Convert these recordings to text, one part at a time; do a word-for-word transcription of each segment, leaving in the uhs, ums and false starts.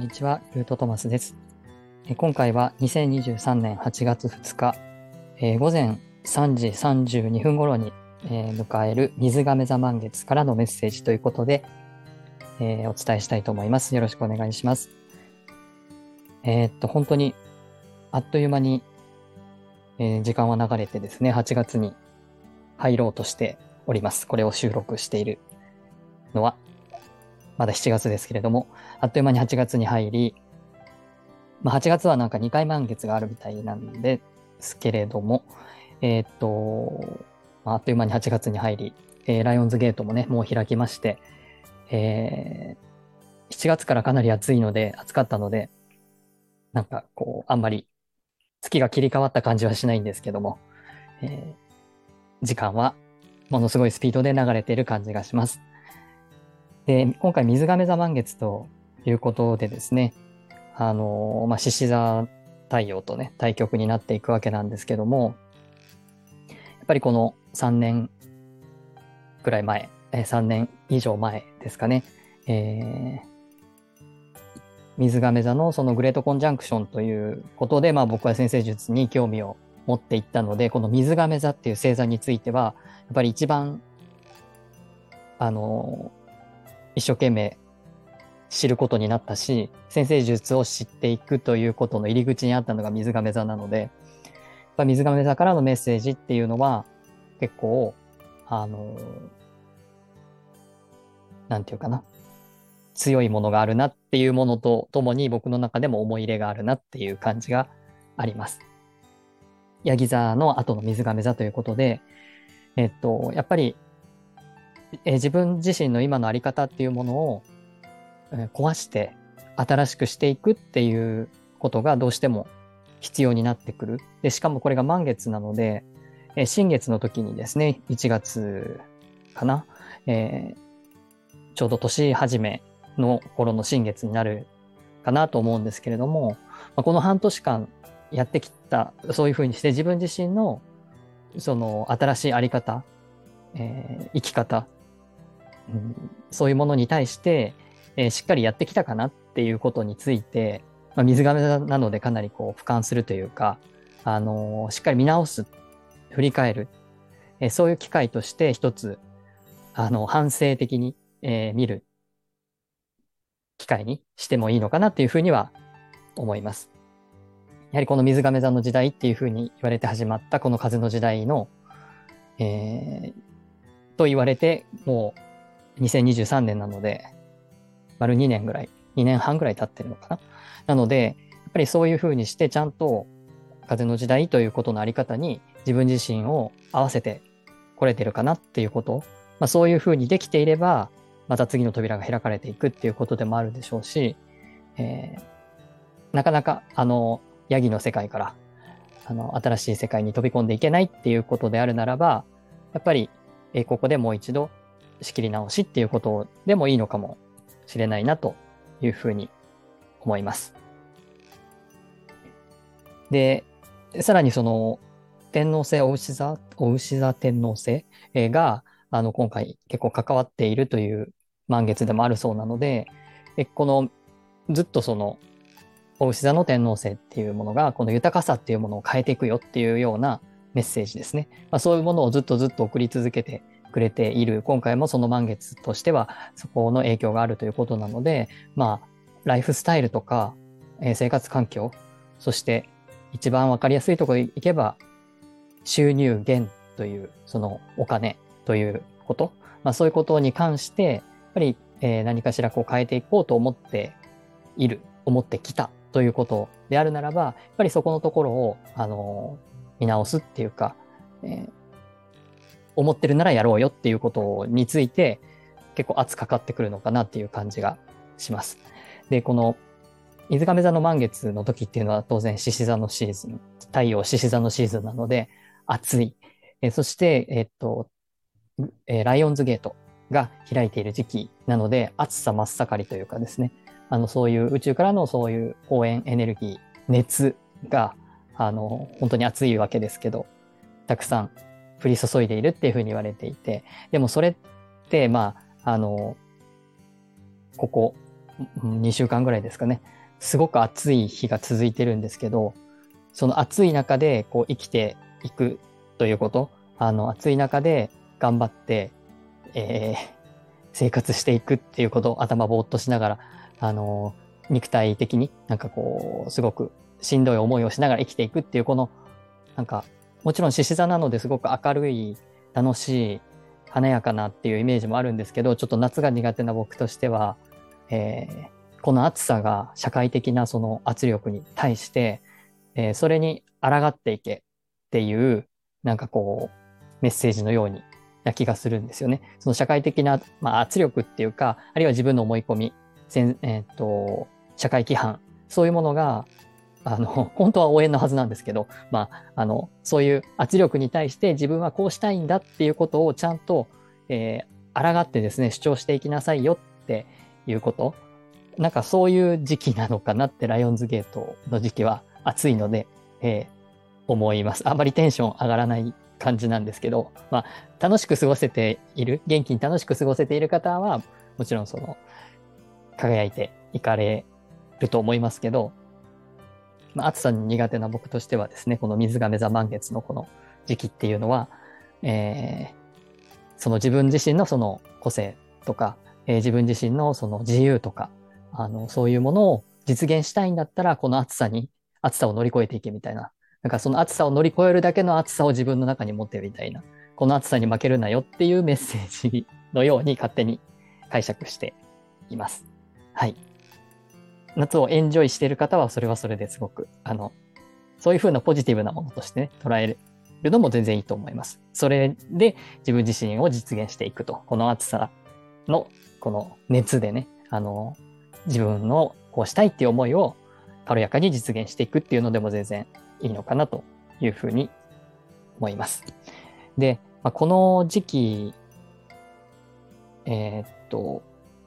にちは、ルートトマスです。今回はにせんにじゅうさんねんはちがつふつか、えー、午前さんじさんじゅうにふん頃に、えー、迎える水亀座満月からのメッセージということで、えー、お伝えしたいと思います。よろしくお願いします。えー、っと、本当にあっという間に、えー、時間は流れてですね、はちがつに入ろうとしております。これを収録しているのは、まだしちがつですけれども、あっという間にはちがつに入り、まあ、はちがつはなんかにかい満月があるみたいなんですけれども、えー、っと、まあ、あっという間にはちがつに入り、えー、ライオンズゲートもね、もう開きまして、えー、しちがつからかなり暑いので、暑かったので、なんかこう、あんまり月が切り替わった感じはしないんですけども、えー、時間はものすごいスピードで流れている感じがします。で、今回水亀座満月ということでですね、あの、まあ、獅子座太陽とね、対極になっていくわけなんですけども、やっぱりこのさんねんくらい前、さんねん以上前ですかね、えー、水亀座のそのグレートコンジャンクションということで、まあ僕は占星術に興味を持っていったので、この水亀座っていう星座については、やっぱり一番、あの、一生懸命知ることになったし、占星術を知っていくということの入り口にあったのが水亀座なので、やっぱ水亀座からのメッセージっていうのは、結構、あの、なんていうかな、強いものがあるなっていうものとともに僕の中でも思い入れがあるなっていう感じがあります。ヤギ座の後の水亀座ということで、えっと、やっぱり、え自分自身の今のあり方っていうものを、え壊して新しくしていくっていうことがどうしても必要になってくる。で、しかもこれが満月なので、え新月の時にですね、いちがつかな、えー、ちょうど年始めの頃の新月になるかなと思うんですけれども、まあ、この半年間やってきた、そういうふうにして自分自身のその新しいあり方、えー生き方、うん、そういうものに対して、えーしっかりやってきたかなっていうことについて、まあ、水亀なのでかなりこう俯瞰するというか、あのーしっかり見直す、振り返る、えーそういう機会として一つ、あの、反省的に、えー見る機会にしてもいいのかなっていうふうには思います。やはりこの水亀座の時代っていうふうに言われて始まったこの風の時代の、えー、と言われてもうにせんにじゅうさんねんなので、丸にねんぐらい、にねんはんぐらい経ってるのかな。なので、やっぱりそういうふうにしてちゃんと風の時代ということのあり方に自分自身を合わせてこれてるかなっていうこと、まあ、そういうふうにできていれば、また次の扉が開かれていくっていうことでもあるでしょうし、えー、なかなかあのヤギの世界からあの新しい世界に飛び込んでいけないっていうことであるならば、やっぱり、えー、ここでもう一度仕切り直しっていうことでもいいのかもしれないなというふうに思います。で、さらにその天王星、お牛座、お牛座天王星が、あの、今回結構関わっているという満月でもあるそうなので、えこの、ずっとその、お牛座の天王星っていうものが、この豊かさっていうものを変えていくよっていうようなメッセージですね。まあ、そういうものをずっとずっと送り続けてくれている。今回もその満月としては、そこの影響があるということなので、まあ、ライフスタイルとか、えー、生活環境、そして一番わかりやすいところに行けば、収入源という、そのお金ということ、まあそういうことに関して、やっぱり、えー、何かしらこう変えていこうと思っている、思ってきたということであるならば、やっぱりそこのところを、あのー見直すっていうか、えー、思ってるならやろうよっていうことについて、結構圧かかってくるのかなっていう感じがします。で、この水亀座の満月の時っていうのは当然獅子座のシーズン、太陽獅子座のシーズンなので暑い。えそして、えっと、えライオンズゲートが開いている時期なので暑さ真っ盛りというかですね、あの、そういう宇宙からのそういう応援エネルギー、熱が、あの、本当に暑いわけですけど、たくさん降り注いでいるっていうふうに言われていて、でもそれって、まあ、あの、ここにしゅうかんぐらいですかね。すごく暑い日が続いてるんですけど、その暑い中でこう生きていくということ、あの暑い中で頑張って、えー生活していくっていうことを頭ぼーっとしながら、あの肉体的になんかこう、すごくしんどい思いをしながら生きていくっていう、この、なんか、もちろん獅子座なのですごく明るい、楽しい、華やかなっていうイメージもあるんですけど、ちょっと夏が苦手な僕としては、えーこの暑さが社会的なその圧力に対して、えーそれに抗っていけっていう、なんかこう、メッセージのようにな気がするんですよね。その社会的な、まあ、圧力っていうか、あるいは自分の思い込み、せんえーっと、社会規範、そういうものが、あの、本当は応援のはずなんですけど、まあ、あの、そういう圧力に対して自分はこうしたいんだっていうことをちゃんと、えー、抗ってですね、主張していきなさいよっていうこと。なんかそういう時期なのかなって、ライオンズゲートの時期は暑いので、えー思います。あんまりテンション上がらない感じなんですけど、まあ、楽しく過ごせている、元気に楽しく過ごせている方は、もちろんその、輝いていかれると思いますけど、まあ、暑さに苦手な僕としてはですね、この水亀座満月のこの時期っていうのは、えーその自分自身のその個性とか、えー自分自身のその自由とか、あの、そういうものを実現したいんだったら、この暑さに、暑さを乗り越えていけみたいな。なんかその暑さを乗り越えるだけの暑さを自分の中に持ってみたいな。この暑さに負けるなよっていうメッセージのように勝手に解釈しています。はい。夏をエンジョイしている方はそれはそれですごく、あの、そういうふうなポジティブなものとしてね、捉えるのも全然いいと思います。それで自分自身を実現していくと。この暑さの、この熱でね、あの、自分のこうしたいっていう思いを軽やかに実現していくっていうのでも全然いいのかなというふうに思います。で、まあ、この時期、えーっと、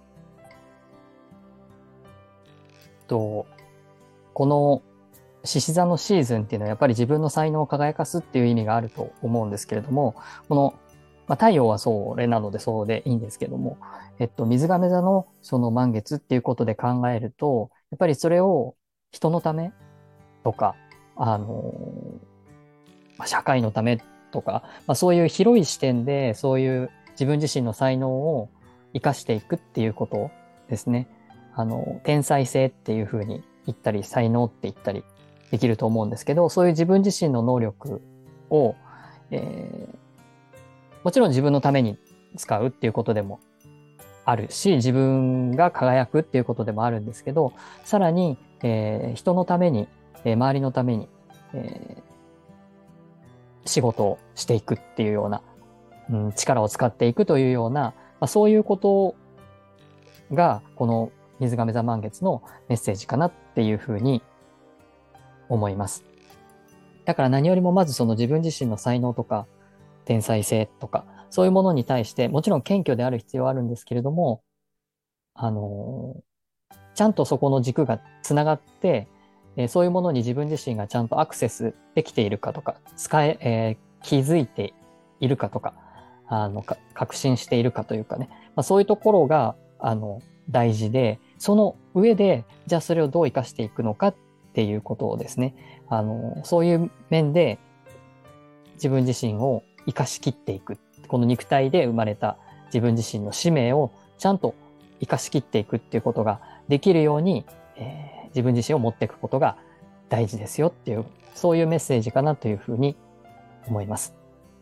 と、この獅子座のシーズンっていうのはやっぱり自分の才能を輝かすっていう意味があると思うんですけれども、この、まあ、太陽はそれなのでそうでいいんですけども、えっと、水亀座のその満月っていうことで考えると、やっぱりそれを人のためとか、あの、まあ、社会のためとか、まあ、そういう広い視点で、そういう自分自身の才能を生かしていくっていうことですね。あの、天才性っていうふうに言ったり、才能って言ったりできると思うんですけど、そういう自分自身の能力を、えーもちろん自分のために使うっていうことでもあるし、自分が輝くっていうことでもあるんですけど、さらに、えー人のために、えー周りのために、えー仕事をしていくっていうような、うん、力を使っていくというような、まあ、そういうことが、この水亀座満月のメッセージかなっていうふうに思います。だから何よりもまずその自分自身の才能とか、天才性とか、そういうものに対して、もちろん謙虚である必要はあるんですけれども、あのーちゃんとそこの軸がつながって、えーそういうものに自分自身がちゃんとアクセスできているかとか、使え、えー気づいているかとか、あの、か確信しているかというかね、まあ、そういうところが、あの、大事で、その上で、じゃあそれをどう活かしていくのかっていうことをですね、あの、そういう面で自分自身を生かしきっていく。この肉体で生まれた自分自身の使命をちゃんと生かしきっていくっていうことができるように、えー自分自身を持っていくことが大事ですよっていう、そういうメッセージかなというふうに思います。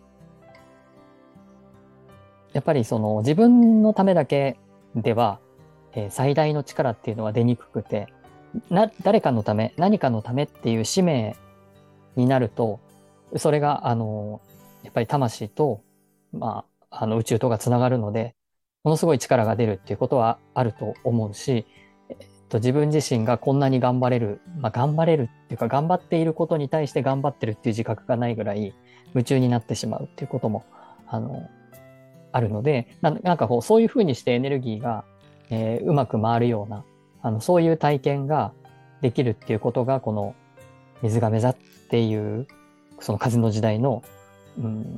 やっぱりその自分のためだけでは、えー最大の力っていうのは出にくくて、な、誰かのため、何かのためっていう使命になると、それが、あの、やっぱり魂と、まあ、あの宇宙とがつながるので、ものすごい力が出るっていうことはあると思うし、えっと、自分自身がこんなに頑張れる、まあ、頑張れるっていうか、頑張っていることに対して頑張ってるっていう自覚がないぐらい、夢中になってしまうっていうことも、あの、あるので、な、なんかこう、そういうふうにしてエネルギーが、えーうまく回るような、あの、そういう体験ができるっていうことが、この水亀座っていう、その風の時代の、うん、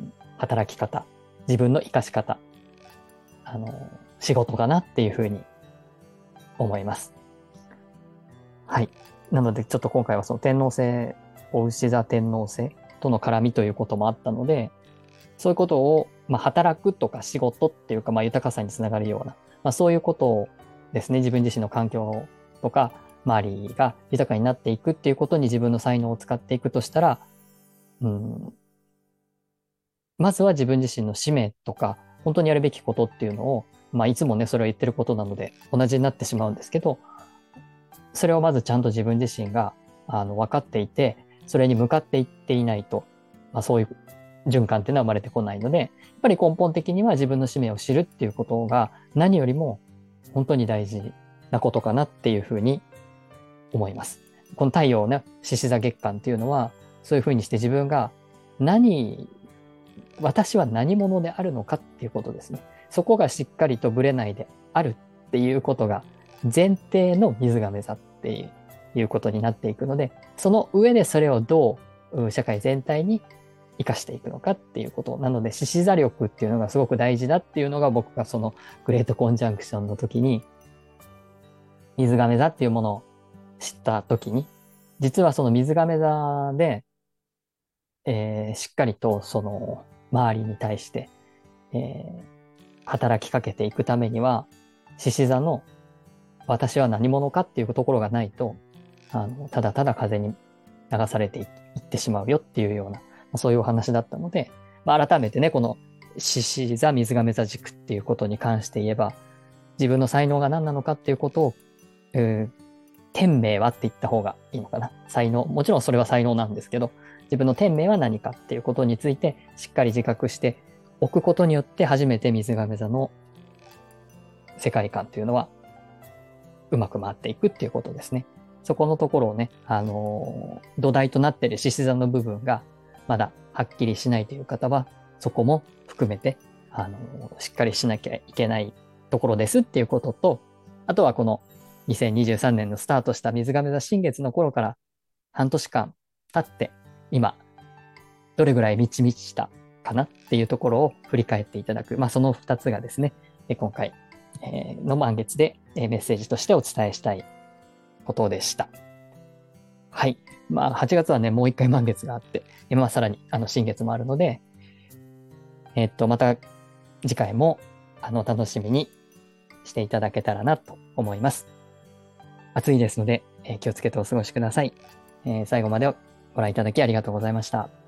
働き方、自分の活かし方、あの、仕事かなっていうふうに思います。はい。なので、ちょっと今回はその天王星、お牛座天王星との絡みということもあったので、そういうことを、まあ、働くとか仕事っていうか、まあ、豊かさにつながるような、まあ、そういうことをですね、自分自身の環境とか、周りが豊かになっていくっていうことに自分の才能を使っていくとしたら、うん、まずは自分自身の使命とか、本当にやるべきことっていうのを、まあ、いつもね、それを言ってることなので、同じになってしまうんですけど、それをまずちゃんと自分自身が、あの、分かっていて、それに向かっていっていないと、まあ、そういう循環っていうのは生まれてこないので、やっぱり根本的には自分の使命を知るっていうことが何よりも本当に大事なことかなっていうふうに思います。この太陽ね、獅子座月間っていうのは、そういうふうにして自分が何、私は何者であるのかっていうことですね。そこがしっかりとぶれないであるっていうことが前提の水亀座っていうことになっていくので、その上でそれをどう社会全体に生かしていくのかっていうことなので、獅子座力っていうのがすごく大事だっていうのが僕がそのグレートコンジャンクションの時に水亀座っていうものを知った時に、実はその水亀座で、えー、しっかりとその周りに対して、えー、働きかけていくためには、獅子座の私は何者かっていうところがないと、あの、ただただ風に流されていってしまうよっていうような、そういうお話だったので、まあ、改めてね、この獅子座水亀座軸っていうことに関して言えば、自分の才能が何なのかっていうことを、えー、天命はって言った方がいいのかな。才能、もちろんそれは才能なんですけど、自分の天命は何かっていうことについてしっかり自覚しておくことによって初めて水亀座の世界観っていうのはうまく回っていくっていうことですね。そこのところをね、あのー、土台となっている獅子座の部分がまだはっきりしないという方は、そこも含めて、あのー、しっかりしなきゃいけないところですっていうことと、あとはこのにせんにじゅうさんねんのスタートした水亀座新月の頃から半年間経って、今、どれぐらい満ち満ちたかなっていうところを振り返っていただく。まあ、そのふたつがですね、今回の満月でメッセージとしてお伝えしたいことでした。はい。まあ、はちがつはね、もう一回満月があって、まあ、さらにあの新月もあるので、えっと、また次回もあの楽しみにしていただけたらなと思います。暑いですので、えー、気をつけてお過ごしください。えー、最後までご覧いただきありがとうございました。